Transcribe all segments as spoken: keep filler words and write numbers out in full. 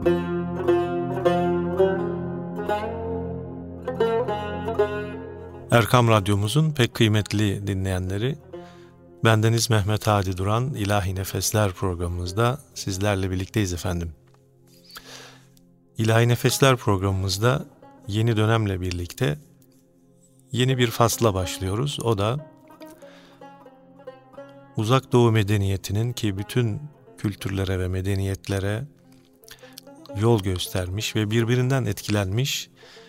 Erkam Radyomuzun pek kıymetli dinleyenleri, bendeniz Mehmet Hadi Duran, İlahi Nefesler programımızda sizlerle birlikteyiz efendim. İlahi Nefesler programımızda yeni dönemle birlikte yeni bir fasla başlıyoruz. O da Uzak Doğu medeniyetinin, ki bütün kültürlere ve medeniyetlere yol göstermiş ve birbirinden etkilenmiş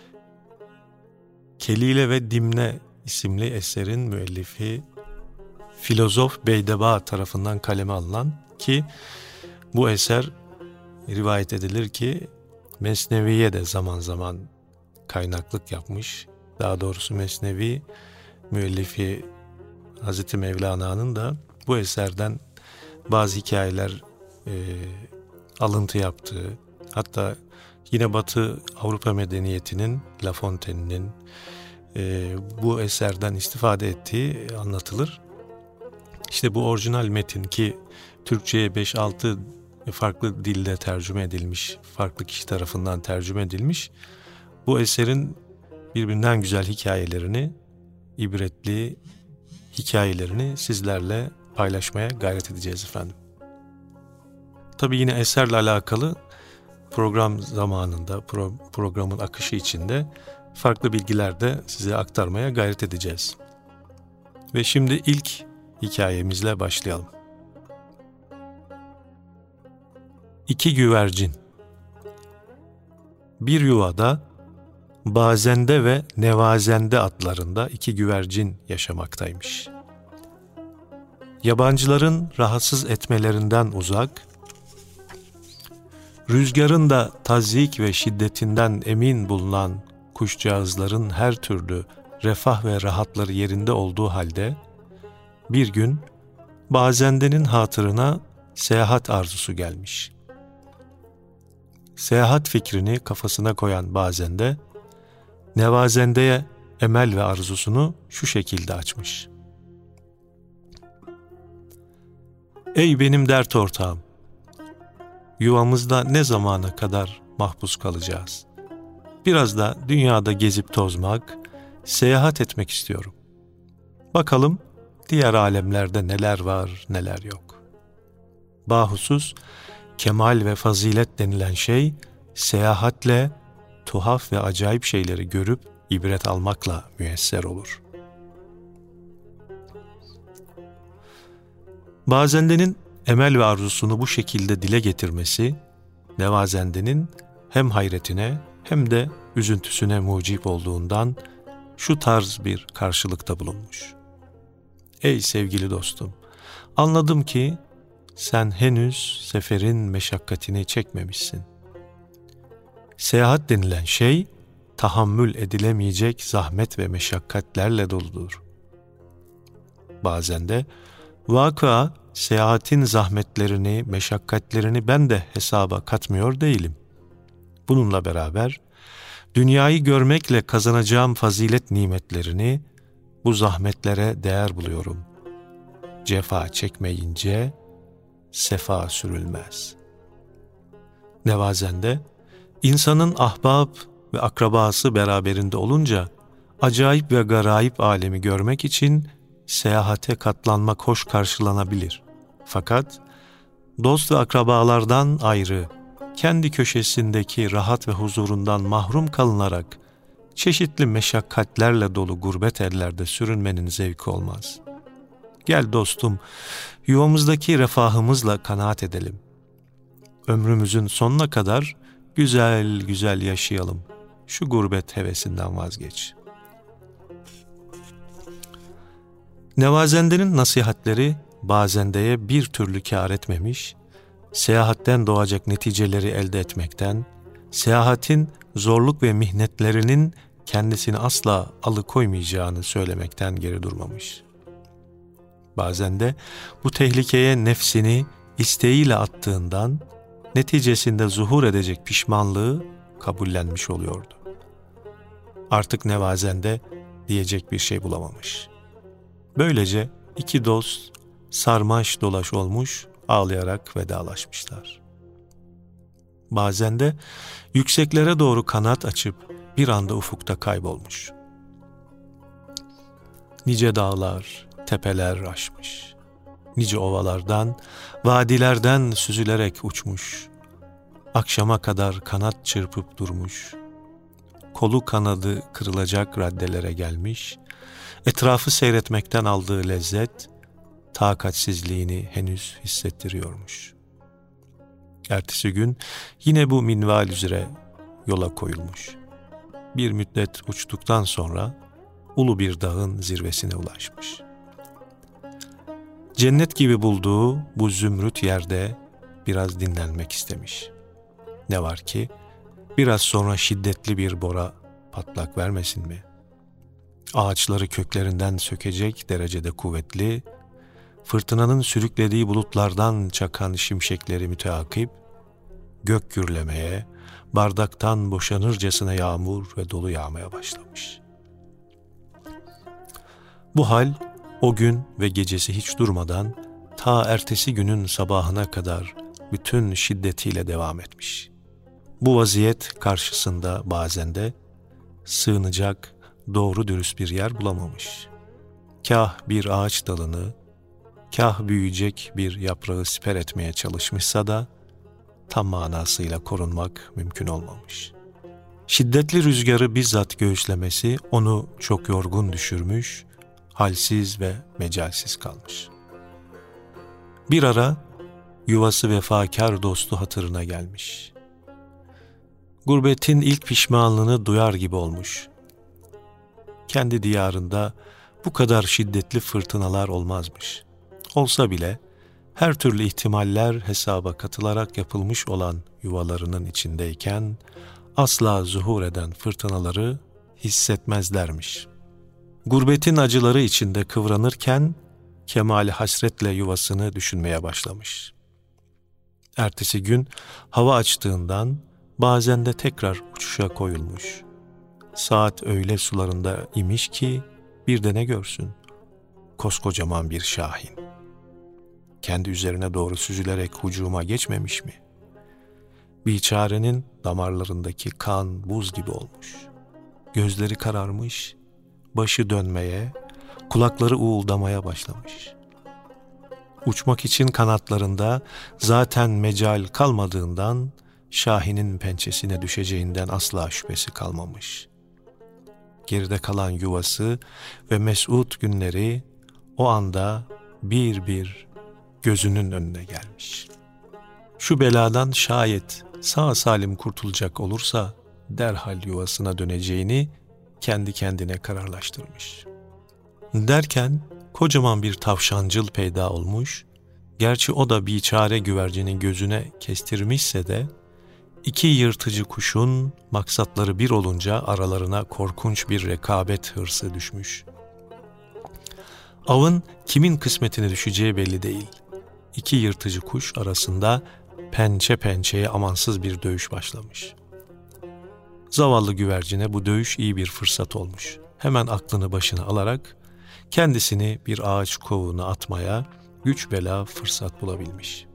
Kelile ve Dimne isimli eserin müellifi filozof Beydeba tarafından kaleme alınan, ki bu eser rivayet edilir ki Mesnevi'ye de zaman zaman kaynaklık yapmış. Daha doğrusu Mesnevi müellifi Hazreti Mevlana'nın da bu eserden bazı hikayeler e, alıntı yaptığı, hatta yine Batı Avrupa medeniyetinin, La Fontaine'nin e, bu eserden istifade ettiği anlatılır. İşte bu orijinal metin, ki Türkçe'ye beş altı farklı dilde tercüme edilmiş, farklı kişi tarafından tercüme edilmiş. Bu eserin birbirinden güzel hikayelerini, ibretli hikayelerini sizlerle paylaşmaya gayret edeceğiz efendim. Tabii yine eserle alakalı program zamanında, pro, programın akışı içinde farklı bilgiler de size aktarmaya gayret edeceğiz. Ve şimdi ilk hikayemizle başlayalım. İki güvercin. Bir yuvada Bazende ve Nevazende adlarında iki güvercin yaşamaktaymış. Yabancıların rahatsız etmelerinden uzak, rüzgarın da tazyik ve şiddetinden emin bulunan kuşcağızların her türlü refah ve rahatları yerinde olduğu halde, bir gün Bazende'nin hatırına seyahat arzusu gelmiş. Seyahat fikrini kafasına koyan Bazende, Nevazende'ye emel ve arzusunu şu şekilde açmış. Ey benim dert ortağım! Yuvamızda ne zamana kadar mahpus kalacağız? Biraz da dünyada gezip tozmak, seyahat etmek istiyorum. Bakalım diğer alemlerde neler var, neler yok. Bahusus, kemal ve fazilet denilen şey, seyahatle, tuhaf ve acayip şeyleri görüp ibret almakla müyesser olur. Bazende'nin emel ve arzusunu bu şekilde dile getirmesi, Nevazende'nin hem hayretine hem de üzüntüsüne mucip olduğundan şu tarz bir karşılıkta bulunmuş. Ey sevgili dostum, anladım ki sen henüz seferin meşakkatini çekmemişsin. Seyahat denilen şey, tahammül edilemeyecek zahmet ve meşakkatlerle doludur. Bazen de vakıa seyahatin zahmetlerini, meşakkatlerini ben de hesaba katmıyor değilim. Bununla beraber dünyayı görmekle kazanacağım fazilet nimetlerini bu zahmetlere değer buluyorum. Cefa çekmeyince sefa sürülmez. Nevazende, insanın ahbab ve akrabası beraberinde olunca acayip ve garayip alemi görmek için seyahate katlanmak hoş karşılanabilir. Fakat dost ve akrabalardan ayrı, kendi köşesindeki rahat ve huzurundan mahrum kalınarak çeşitli meşakkatlerle dolu gurbet ellerde sürünmenin zevki olmaz. Gel dostum, yuvamızdaki refahımızla kanaat edelim. Ömrümüzün sonuna kadar güzel güzel yaşayalım. Şu gurbet hevesinden vazgeç. Nevazende'nin nasihatleri Bazende'ye bir türlü kâr etmemiş, seyahatten doğacak neticeleri elde etmekten, seyahatin zorluk ve mihnetlerinin kendisini asla alıkoymayacağını söylemekten geri durmamış. Bazen de bu tehlikeye nefsini isteğiyle attığından, neticesinde zuhur edecek pişmanlığı kabullenmiş oluyordu. Artık Nevazende diyecek bir şey bulamamış. Böylece iki dost sarmaş dolaş olmuş, ağlayarak vedalaşmışlar. Bazen de yükseklere doğru kanat açıp bir anda ufukta kaybolmuş. Nice dağlar, tepeler aşmış. Nice ovalardan, vadilerden süzülerek uçmuş. Akşama kadar kanat çırpıp durmuş. Kolu kanadı kırılacak raddelere gelmiş. Etrafı seyretmekten aldığı lezzet, takatsizliğini henüz hissettiriyormuş. Ertesi gün yine bu minval üzere yola koyulmuş. Bir müddet uçtuktan sonra ulu bir dağın zirvesine ulaşmış. Cennet gibi bulduğu bu zümrüt yerde biraz dinlenmek istemiş. Ne var ki biraz sonra şiddetli bir bora patlak vermesin mi? Ağaçları köklerinden sökecek derecede kuvvetli, fırtınanın sürüklediği bulutlardan çakan şimşekleri müteakip, gök gürlemeye, bardaktan boşanırcasına yağmur ve dolu yağmaya başlamış. Bu hal o gün ve gecesi hiç durmadan ta ertesi günün sabahına kadar bütün şiddetiyle devam etmiş. Bu vaziyet karşısında bazen de sığınacak doğru dürüst bir yer bulamamış. Kah bir ağaç dalını, kah büyüyecek bir yaprağı siper etmeye çalışmışsa da tam manasıyla korunmak mümkün olmamış. Şiddetli rüzgarı bizzat göğüslemesi onu çok yorgun düşürmüş, halsiz ve mecalsiz kalmış. Bir ara yuvası vefakar dostu hatırına gelmiş. Gurbetin ilk pişmanlığını duyar gibi olmuş. Kendi diyarında bu kadar şiddetli fırtınalar olmazmış. Olsa bile her türlü ihtimaller hesaba katılarak yapılmış olan yuvalarının içindeyken asla zuhur eden fırtınaları hissetmezlermiş. Gurbetin acıları içinde kıvranırken kemali hasretle yuvasını düşünmeye başlamış. Ertesi gün hava açtığından bazen de tekrar uçuşa koyulmuş. Saat öğle sularında imiş ki bir de ne görsün? Koskocaman bir şahin. Kendi üzerine doğru süzülerek hucuma geçmemiş mi? Biçarenin damarlarındaki kan buz gibi olmuş. Gözleri kararmış, başı dönmeye, kulakları uğuldamaya başlamış. Uçmak için kanatlarında zaten mecal kalmadığından şahinin pençesine düşeceğinden asla şüphesi kalmamış. Geride kalan yuvası ve mesut günleri o anda bir bir gözünün önüne gelmiş. Şu beladan şayet sağ salim kurtulacak olursa derhal yuvasına döneceğini kendi kendine kararlaştırmış. Derken kocaman bir tavşancıl peyda olmuş, gerçi o da biçare güvercinin gözüne kestirmişse de iki yırtıcı kuşun maksatları bir olunca aralarına korkunç bir rekabet hırsı düşmüş. Avın kimin kısmetine düşeceği belli değil. İki yırtıcı kuş arasında pençe pençeye amansız bir dövüş başlamış. Zavallı güvercine bu dövüş iyi bir fırsat olmuş. Hemen aklını başına alarak kendisini bir ağaç kovuğuna atmaya güç bela fırsat bulabilmiş.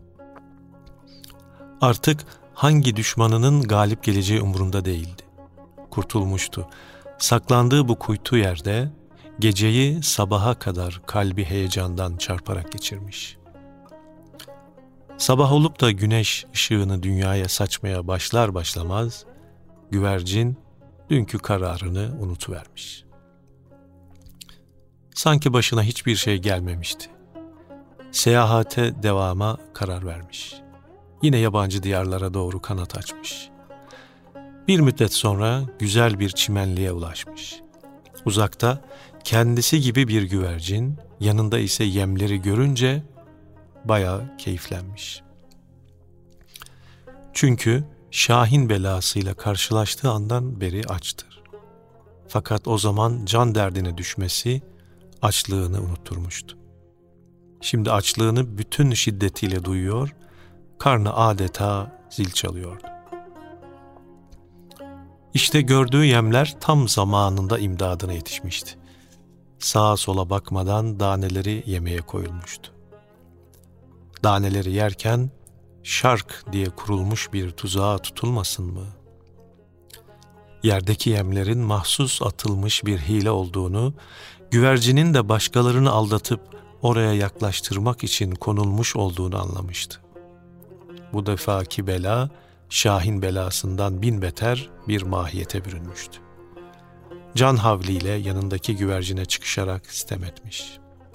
Artık hangi düşmanının galip geleceği umurunda değildi. Kurtulmuştu. Saklandığı bu kuytu yerde geceyi sabaha kadar kalbi heyecandan çarparak geçirmiş. Sabah olup da güneş ışığını dünyaya saçmaya başlar başlamaz güvercin dünkü kararını unutuvermiş. Sanki başına hiçbir şey gelmemişti. Seyahate devama karar vermiş. Yine yabancı diyarlara doğru kanat açmış. Bir müddet sonra güzel bir çimenliğe ulaşmış. Uzakta kendisi gibi bir güvercin, yanında ise yemleri görünce bayağı keyiflenmiş. Çünkü şahin belasıyla karşılaştığı andan beri açtır. Fakat o zaman can derdine düşmesi açlığını unutturmuştu. Şimdi açlığını bütün şiddetiyle duyuyor, karnı adeta zil çalıyordu. İşte gördüğü yemler tam zamanında imdadına yetişmişti. Sağa sola bakmadan daneleri yemeye koyulmuştu. Daneleri yerken şark diye kurulmuş bir tuzağa tutulmasın mı? Yerdeki yemlerin mahsus atılmış bir hile olduğunu, güvercinin de başkalarını aldatıp oraya yaklaştırmak için konulmuş olduğunu anlamıştı. Bu defaki bela, Şahin belasından bin beter bir mahiyete bürünmüştü. Can havliyle yanındaki güvercine çıkışarak sitem etmiş.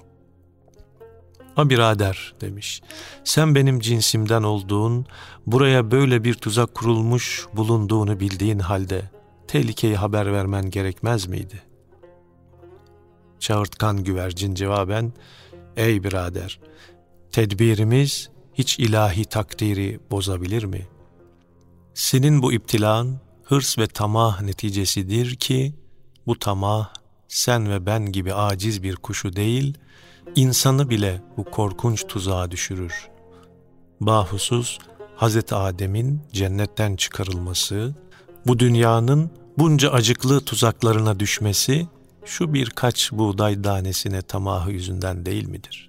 "Ha birader," demiş, "sen benim cinsimden olduğun, buraya böyle bir tuzak kurulmuş bulunduğunu bildiğin halde tehlikeyi haber vermen gerekmez miydi?" Çağırtkan güvercin cevaben, "Ey birader, tedbirimiz hiç ilahi takdiri bozabilir mi? Senin bu iptilan hırs ve tamah neticesidir ki, bu tamah sen ve ben gibi aciz bir kuşu değil, insanı bile bu korkunç tuzağa düşürür. Bahusus Hazreti Adem'in cennetten çıkarılması, bu dünyanın bunca acıklı tuzaklarına düşmesi, şu birkaç buğday tanesine tamahı yüzünden değil midir?"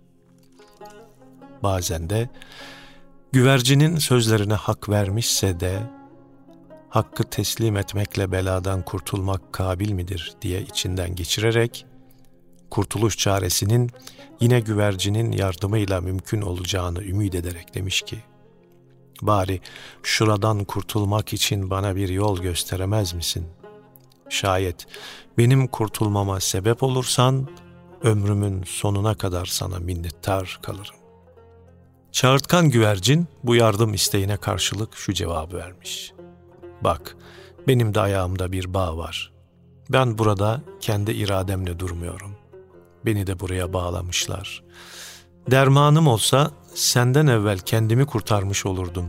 Bazen de güvercinin sözlerine hak vermişse de, hakkı teslim etmekle beladan kurtulmak kabil midir diye içinden geçirerek, kurtuluş çaresinin yine güvercinin yardımıyla mümkün olacağını ümit ederek demiş ki, "Bari şuradan kurtulmak için bana bir yol gösteremez misin? Şayet benim kurtulmama sebep olursan, ömrümün sonuna kadar sana minnettar kalırım." Çağırtkan güvercin bu yardım isteğine karşılık şu cevabı vermiş: "Bak, benim de ayağımda bir bağ var. Ben burada kendi irademle durmuyorum. Beni de buraya bağlamışlar. Dermanım olsa senden evvel kendimi kurtarmış olurdum.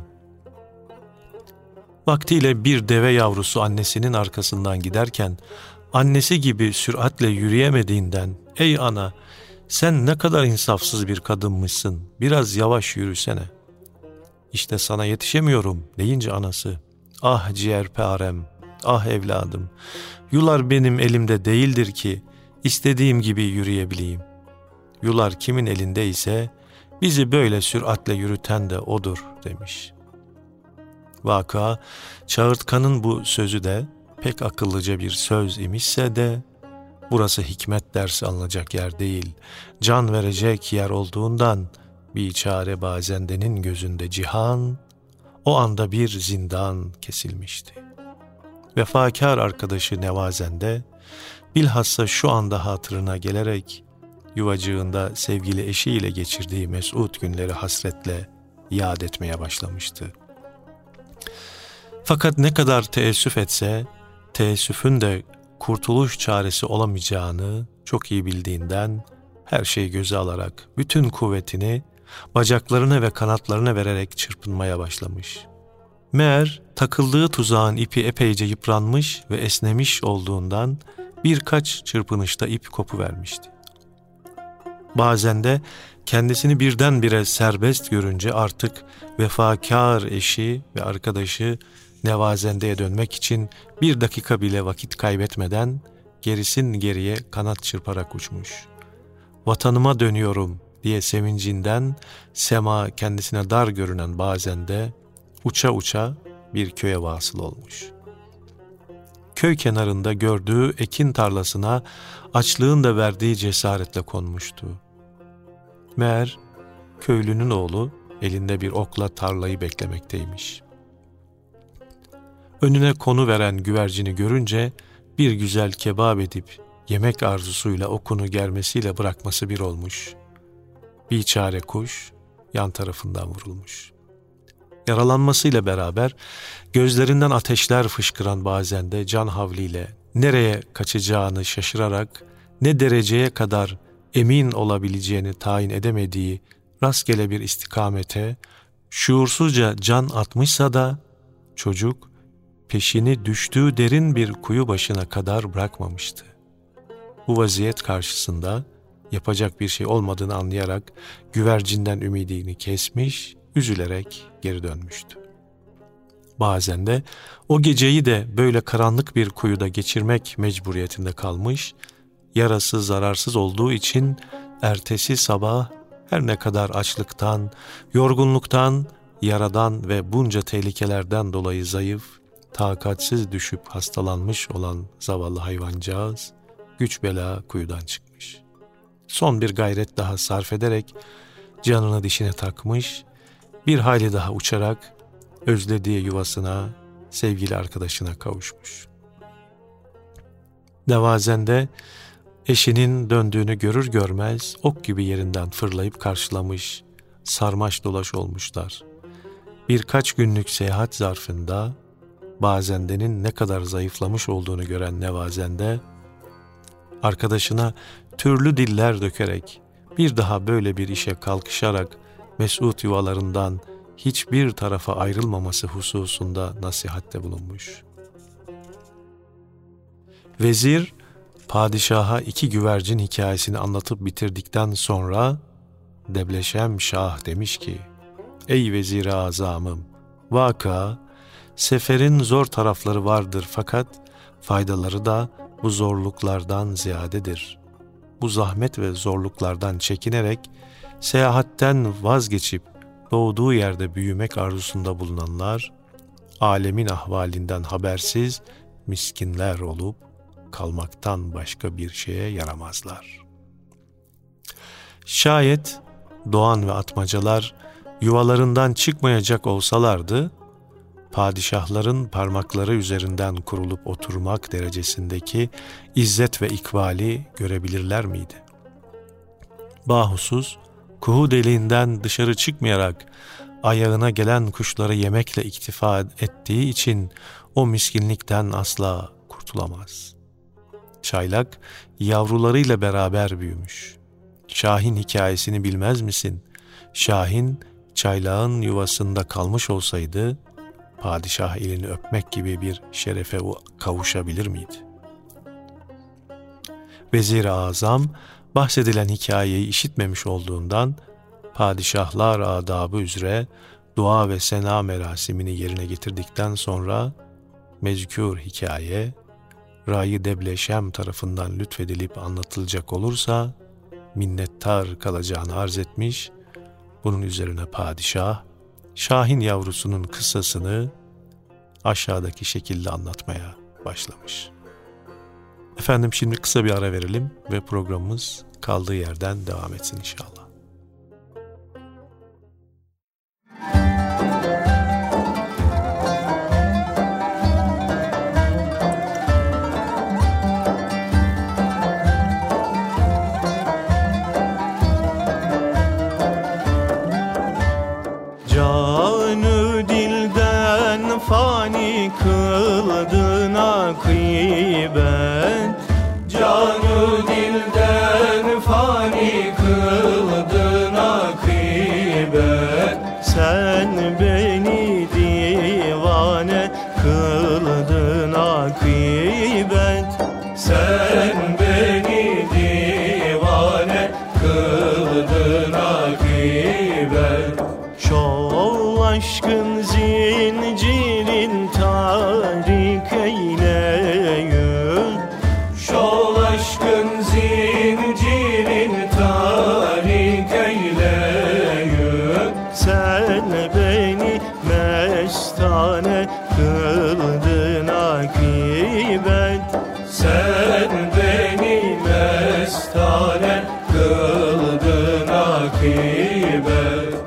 Vaktiyle bir deve yavrusu annesinin arkasından giderken, annesi gibi süratle yürüyemediğinden, ey ana, sen ne kadar insafsız bir kadınmışsın, biraz yavaş yürüsene. İşte sana yetişemiyorum deyince anası, ah ciğerparem, ah evladım, yular benim elimde değildir ki istediğim gibi yürüyebileyim. Yular kimin elindeyse bizi böyle süratle yürüten de odur" demiş. Vaka, Çağırtkan'ın bu sözü de pek akıllıca bir söz imişse de, burası hikmet dersi alınacak yer değil, can verecek yer olduğundan, biçare bazendenin gözünde cihan, o anda bir zindan kesilmişti. Vefakar arkadaşı Nevazende, bilhassa şu anda hatırına gelerek, yuvacığında sevgili eşiyle geçirdiği mesut günleri hasretle yad etmeye başlamıştı. Fakat ne kadar teessüf etse, teessüfün de kurtuluş çaresi olamayacağını çok iyi bildiğinden, her şeyi göze alarak bütün kuvvetini bacaklarına ve kanatlarına vererek çırpınmaya başlamış. Meğer takıldığı tuzağın ipi epeyce yıpranmış ve esnemiş olduğundan birkaç çırpınışta ip kopuvermişti. Bazen de kendisini birdenbire serbest görünce artık vefakar eşi ve arkadaşı Nevazende'ye dönmek için bir dakika bile vakit kaybetmeden gerisin geriye kanat çırparak uçmuş. "Vatanıma dönüyorum" diye sevincinden sema kendisine dar görünen Bazende uça uça bir köye vasıl olmuş. Köy kenarında gördüğü ekin tarlasına açlığın da verdiği cesaretle konmuştu. Meğer köylünün oğlu elinde bir okla tarlayı beklemekteymiş. Önüne konu veren güvercini görünce bir güzel kebap edip yemek arzusuyla okunu germesiyle bırakması bir olmuş. Biçare kuş yan tarafından vurulmuş. Yaralanmasıyla beraber gözlerinden ateşler fışkıran Bazende can havliyle nereye kaçacağını şaşırarak ne dereceye kadar emin olabileceğini tayin edemediği rastgele bir istikamete şuursuzca can atmışsa da çocuk peşini düştüğü derin bir kuyu başına kadar bırakmamıştı. Bu vaziyet karşısında yapacak bir şey olmadığını anlayarak güvercinden ümidini kesmiş, üzülerek geri dönmüştü. Bazen de o geceyi de böyle karanlık bir kuyuda geçirmek mecburiyetinde kalmış, yarası zararsız olduğu için ertesi sabah her ne kadar açlıktan, yorgunluktan yaradan ve bunca tehlikelerden dolayı zayıf, takatsiz düşüp hastalanmış olan zavallı hayvancağız, güç bela kuyudan çıkmış. Son bir gayret daha sarf ederek canını dişine takmış, bir hayli daha uçarak özlediği yuvasına, sevgili arkadaşına kavuşmuş. Nevazen'de eşinin döndüğünü görür görmez ok gibi yerinden fırlayıp karşılamış, sarmaş dolaş olmuşlar. Birkaç günlük seyahat zarfında Bazende'nin ne kadar zayıflamış olduğunu gören Nevazende, arkadaşına türlü diller dökerek bir daha böyle bir işe kalkışarak mesut yuvalarından hiçbir tarafa ayrılmaması hususunda nasihatte bulunmuş. Vezir, padişaha iki güvercin hikayesini anlatıp bitirdikten sonra Debleşem Şah demiş ki, ey vezir-i azamım, vaka, seferin zor tarafları vardır fakat faydaları da bu zorluklardan ziyadedir. Bu zahmet ve zorluklardan çekinerek seyahatten vazgeçip doğduğu yerde büyümek arzusunda bulunanlar, alemin ahvalinden habersiz miskinler olup kalmaktan başka bir şeye yaramazlar. Şayet doğan ve atmacalar yuvalarından çıkmayacak olsalardı, padişahların parmakları üzerinden kurulup oturmak derecesindeki izzet ve ikbali görebilirler miydi? Bahusus, kuğu deliğinden dışarı çıkmayarak ayağına gelen kuşları yemekle iktifa ettiği için o miskinlikten asla kurtulamaz. Çaylak yavrularıyla beraber büyümüş. Şahin hikayesini bilmez misin? Şahin çaylağın yuvasında kalmış olsaydı padişah elini öpmek gibi bir şerefe kavuşabilir miydi? Vezir-i Azam bahsedilen hikayeyi işitmemiş olduğundan padişahlar adabı üzere dua ve sena merasimini yerine getirdikten sonra mezkûr hikaye Rai Debleşem tarafından lütfedilip anlatılacak olursa minnettar kalacağını arz etmiş. Bunun üzerine padişah Şahin yavrusunun kıssasını aşağıdaki şekilde anlatmaya başlamış. Efendim şimdi kısa bir ara verelim ve programımız kaldığı yerden devam etsin inşallah. Fani kıldın akıbet, canı dilden fani kıldın akıbet. Sen beni divane kıldın akıbet, sen beni divane kıldın akıbet. Şol aşkın zincirin tarik eyleyün, şol aşkın zincirin tarik eyleyün. Sen beni mestane kıldın akıbet, sen beni mestane kıldın akıbet.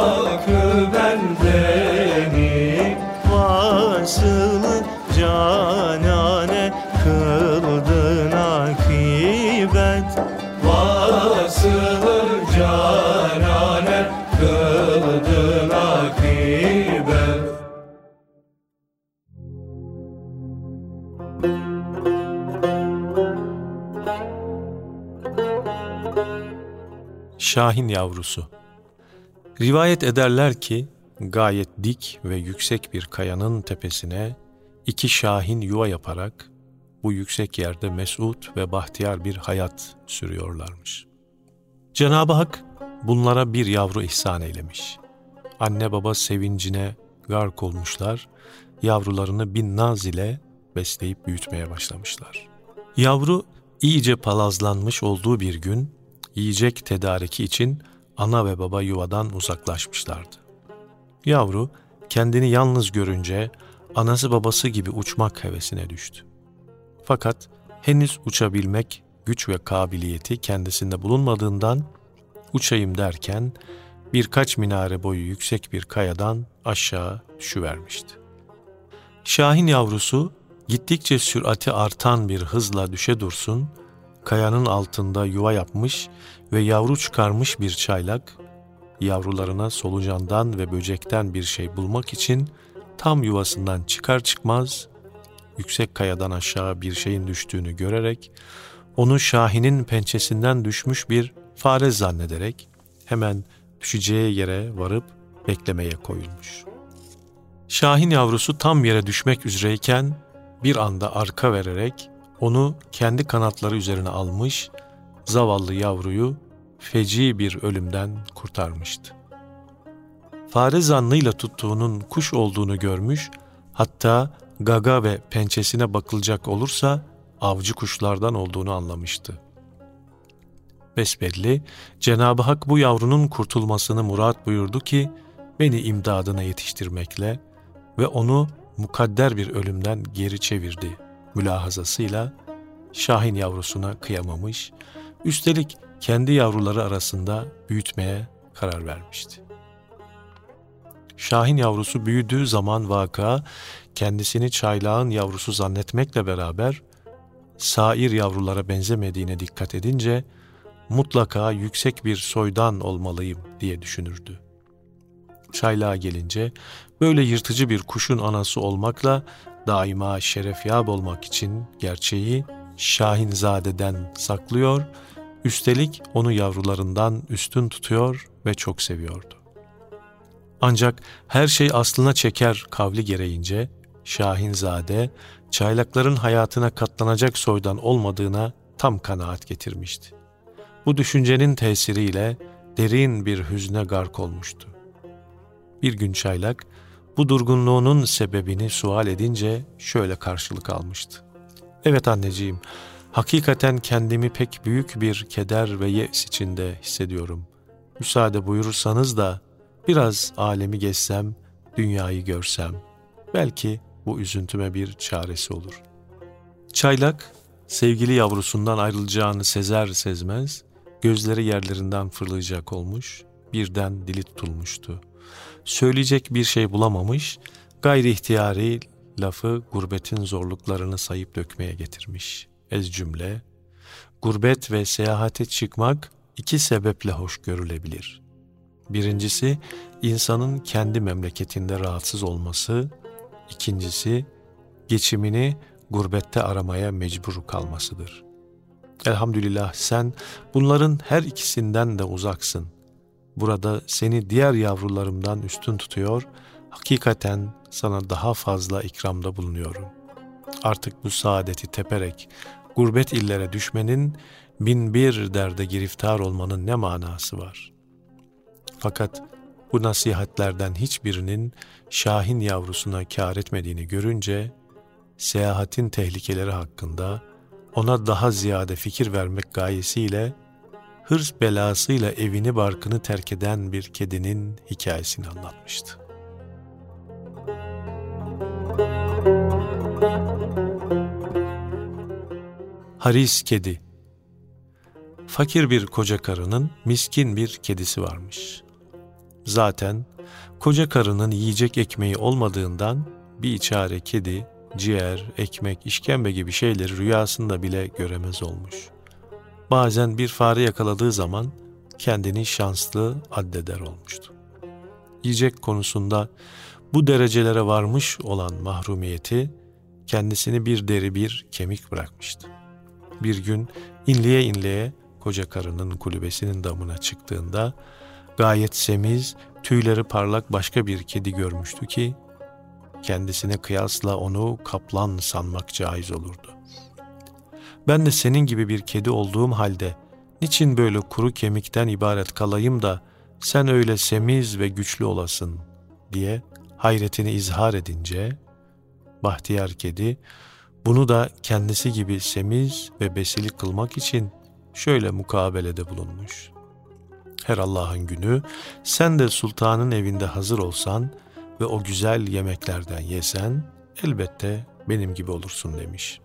Vasıl can kıldın akibet. Vasılır canane kıldın akibet. Şahin yavrusu. Rivayet ederler ki gayet dik ve yüksek bir kayanın tepesine iki şahin yuva yaparak bu yüksek yerde mesut ve bahtiyar bir hayat sürüyorlarmış. Cenab-ı Hak bunlara bir yavru ihsan eylemiş. Anne baba sevincine gark olmuşlar, yavrularını bin naz ile besleyip büyütmeye başlamışlar. Yavru iyice palazlanmış olduğu bir gün yiyecek tedariki için ana ve baba yuvadan uzaklaşmışlardı. Yavru kendini yalnız görünce anası babası gibi uçmak hevesine düştü. Fakat henüz uçabilmek güç ve kabiliyeti kendisinde bulunmadığından uçayım derken birkaç minare boyu yüksek bir kayadan aşağı düşüvermişti. Şahin yavrusu gittikçe sürati artan bir hızla düşe dursun, kayanın altında yuva yapmış ve yavru çıkarmış bir çaylak, yavrularına solucandan ve böcekten bir şey bulmak için tam yuvasından çıkar çıkmaz, yüksek kayadan aşağı bir şeyin düştüğünü görerek, onu Şahin'in pençesinden düşmüş bir fare zannederek, hemen düşeceği yere varıp beklemeye koyulmuş. Şahin yavrusu tam yere düşmek üzereyken, bir anda arka vererek, onu kendi kanatları üzerine almış, zavallı yavruyu feci bir ölümden kurtarmıştı. Fare zannıyla tuttuğunun kuş olduğunu görmüş, hatta gaga ve pençesine bakılacak olursa avcı kuşlardan olduğunu anlamıştı. Besbelli Cenab-ı Hak bu yavrunun kurtulmasını murat buyurdu ki, beni imdadına yetiştirmekle ve onu mukadder bir ölümden geri çevirdi mülahazasıyla Şahin yavrusuna kıyamamış, üstelik kendi yavruları arasında büyütmeye karar vermişti. Şahin yavrusu büyüdüğü zaman vaka kendisini çaylağın yavrusu zannetmekle beraber sair yavrulara benzemediğine dikkat edince mutlaka yüksek bir soydan olmalıyım diye düşünürdü. Çaylağa gelince böyle yırtıcı bir kuşun anası olmakla daima şerefyab olmak için gerçeği Şahinzade'den saklıyor, üstelik onu yavrularından üstün tutuyor ve çok seviyordu. Ancak her şey aslına çeker kavli gereğince Şahinzade çaylakların hayatına katlanacak soydan olmadığına tam kanaat getirmişti. Bu düşüncenin tesiriyle derin bir hüzne gark olmuştu. Bir gün çaylak bu durgunluğunun sebebini sual edince şöyle karşılık almıştı. Evet anneciğim, hakikaten kendimi pek büyük bir keder ve ye's içinde hissediyorum. Müsaade buyurursanız da biraz alemi gezsem, dünyayı görsem, belki bu üzüntüme bir çaresi olur. Çaylak, sevgili yavrusundan ayrılacağını sezer sezmez, gözleri yerlerinden fırlayacak olmuş, birden dili tutulmuştu. Söyleyecek bir şey bulamamış, gayri ihtiyari lafı gurbetin zorluklarını sayıp dökmeye getirmiş. Ez cümle, gurbet ve seyahate çıkmak iki sebeple hoş görülebilir. Birincisi, insanın kendi memleketinde rahatsız olması, ikincisi, geçimini gurbette aramaya mecbur kalmasıdır. Elhamdülillah sen bunların her ikisinden de uzaksın. Burada seni diğer yavrularımdan üstün tutuyor, hakikaten sana daha fazla ikramda bulunuyorum. Artık bu saadeti teperek gurbet illere düşmenin, bin bir derde giriftar olmanın ne manası var? Fakat bu nasihatlerden hiçbirinin Şahin yavrusuna kâr etmediğini görünce, seyahatin tehlikeleri hakkında ona daha ziyade fikir vermek gayesiyle, hırs belasıyla evini barkını terk eden bir kedinin hikayesini anlatmıştı. Haris kedi. Fakir bir koca karının miskin bir kedisi varmış. Zaten koca karının yiyecek ekmeği olmadığından bir çare kedi ciğer, ekmek, işkembe gibi şeyleri rüyasında bile göremez olmuş. Bazen bir fare yakaladığı zaman kendini şanslı addeder olmuştu. Yiyecek konusunda bu derecelere varmış olan mahrumiyeti kendisini bir deri bir kemik bırakmıştı. Bir gün inleye inleye koca karının kulübesinin damına çıktığında gayet semiz, tüyleri parlak başka bir kedi görmüştü ki kendisine kıyasla onu kaplan sanmak caiz olurdu. Ben de senin gibi bir kedi olduğum halde niçin böyle kuru kemikten ibaret kalayım da sen öyle semiz ve güçlü olasın diye hayretini izhar edince bahtiyar kedi bunu da kendisi gibi semiz ve besili kılmak için şöyle mukabelede bulunmuş. Her Allah'ın günü sen de sultanın evinde hazır olsan ve o güzel yemeklerden yesen elbette benim gibi olursun demiş.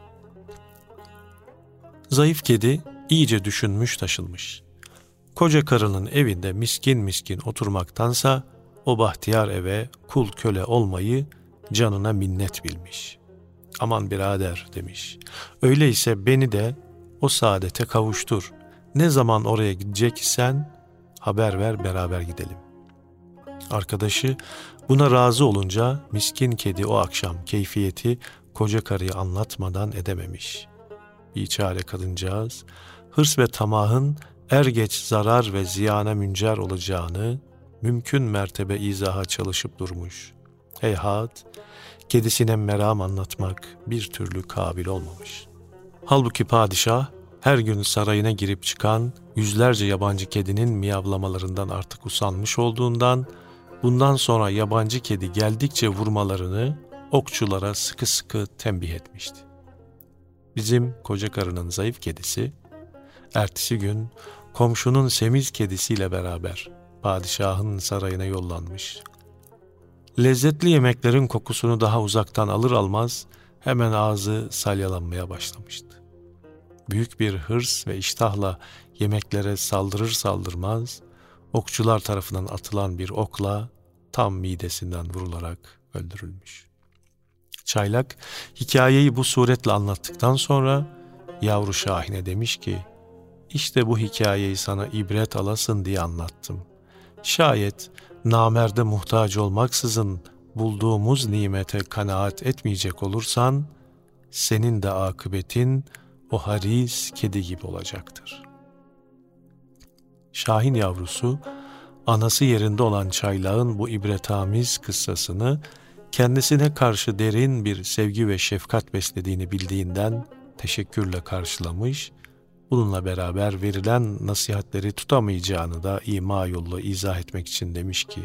Zayıf kedi iyice düşünmüş taşınmış. Koca karının evinde miskin miskin oturmaktansa o bahtiyar eve kul köle olmayı canına minnet bilmiş. Aman birader demiş. Öyleyse beni de o saadete kavuştur. Ne zaman oraya gideceksen haber ver beraber gidelim. Arkadaşı buna razı olunca miskin kedi o akşam keyfiyeti koca karıya anlatmadan edememiş. Biçare kadıncağız hırs ve tamahın er geç zarar ve ziyana müncer olacağını mümkün mertebe izaha çalışıp durmuş. Heyhat, kedisine meram anlatmak bir türlü kabil olmamış. Halbuki padişah her gün sarayına girip çıkan yüzlerce yabancı kedinin miyavlamalarından artık usanmış olduğundan bundan sonra yabancı kedi geldikçe vurmalarını okçulara sıkı sıkı tembih etmişti. Bizim koca karının zayıf kedisi ertesi gün komşunun semiz kedisiyle beraber padişahın sarayına yollanmış. Lezzetli yemeklerin kokusunu daha uzaktan alır almaz hemen ağzı salyalanmaya başlamıştı. Büyük bir hırs ve iştahla yemeklere saldırır saldırmaz okçular tarafından atılan bir okla tam midesinden vurularak öldürülmüş. Çaylak hikayeyi bu suretle anlattıktan sonra yavru Şahin'e demiş ki, işte bu hikayeyi sana ibret alasın diye anlattım. Şayet namerde muhtaç olmaksızın bulduğumuz nimete kanaat etmeyecek olursan, senin de akıbetin o haris kedi gibi olacaktır. Şahin yavrusu, anası yerinde olan çaylağın bu ibretamiz kıssasını kendisine karşı derin bir sevgi ve şefkat beslediğini bildiğinden teşekkürle karşılamış, bununla beraber verilen nasihatleri tutamayacağını da ima yollu izah etmek için demiş ki,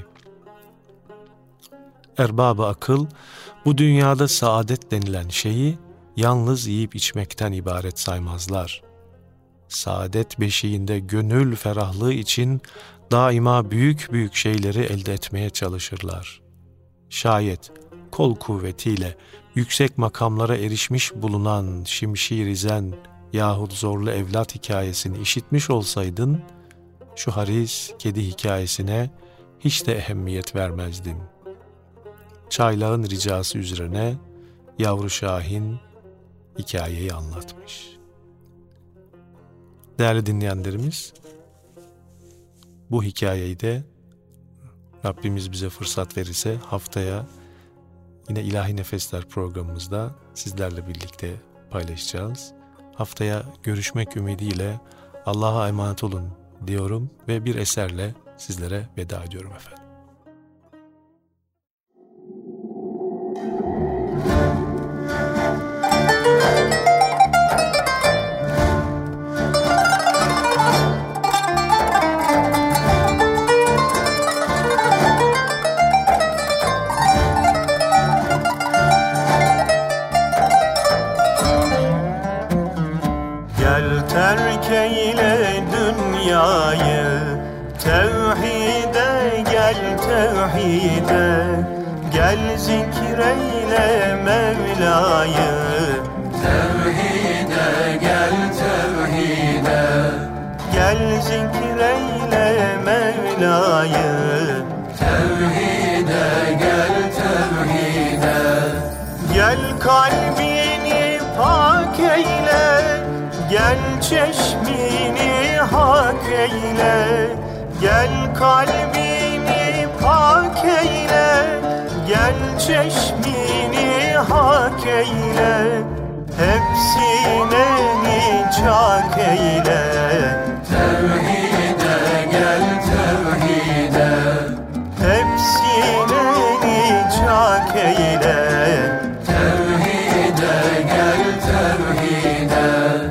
erbab-ı akıl bu dünyada saadet denilen şeyi yalnız yiyip içmekten ibaret saymazlar. Saadet beşiğinde gönül ferahlığı için daima büyük büyük şeyleri elde etmeye çalışırlar. Şayet kol kuvvetiyle yüksek makamlara erişmiş bulunan Şimşir İzen yahut Zorlu Evlat hikayesini işitmiş olsaydın, şu haris kedi hikayesine hiç de ehemmiyet vermezdin. Çaylağın ricası üzerine yavru Şahin hikayeyi anlatmış. Değerli dinleyenlerimiz, bu hikayeyi de Rabbimiz bize fırsat verirse haftaya yine İlahi Nefesler programımızda sizlerle birlikte paylaşacağız. Haftaya görüşmek ümidiyle Allah'a emanet olun diyorum ve bir eserle sizlere veda ediyorum efendim. Eyle dünyayı tevhide, gel tevhide, gel zikreyle Mevla'yı. Tevhide, gel tevhide, gel zikreyle Mevla'yı. Tevhide, gel tevhide, gel kalbini pak eyle, gel çeşmini hak eyle. Gel kalbini pak eyle, gel çeşmini hak eyle. Hepsine nicak eyle. Tevhide gel tevhide, hepsine nicak eyle. Tevhide gel tevhide.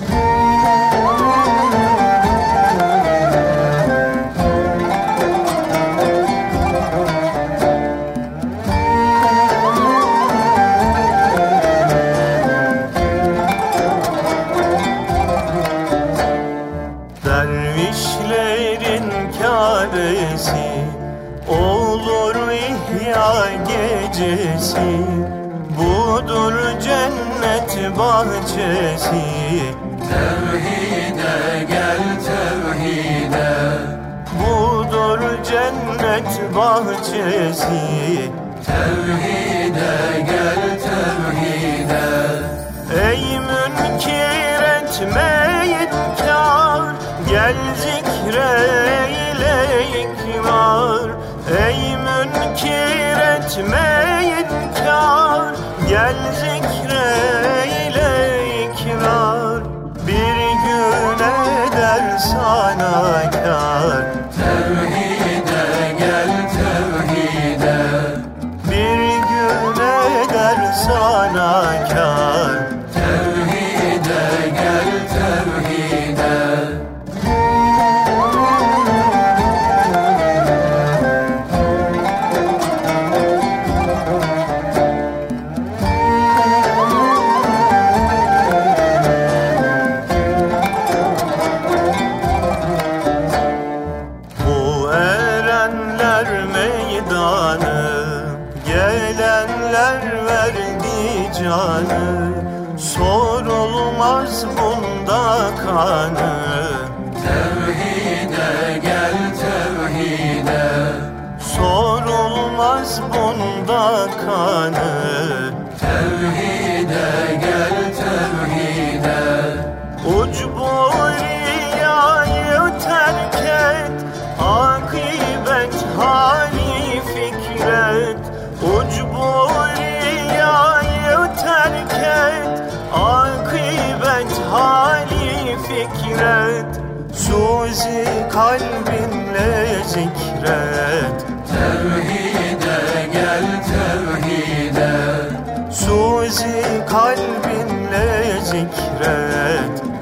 Dervişlerin kâresi olur ihya gecesi, budur cennet bahçesi. Tevhide gel tevhide, budur cennet bahçesi. Tevhide gel tevhide. Ey münkir etme inkar, gel zikreyle ikrar. Ey münkir etme inkar, gel zikreyle ikrar. Bir gün eder sana kar. Tevhide gel tevhide, bir gün eder sana kar. Tevhide gel tevhide. Bu erenler meydanı, gelenler verdi canı. Sorulmaz bunda kanı. Tevhide gel tevhide, sorulmaz bunda kanı. Tevhide gel tevhide. Ucbu riyayı terk et, akıbet hali fikret. Ucbu riyayı terk et, akıbet hali fikret. Suzi kalbinle zikret. Tevhide gel tevhide, suzi kalbinle zikret.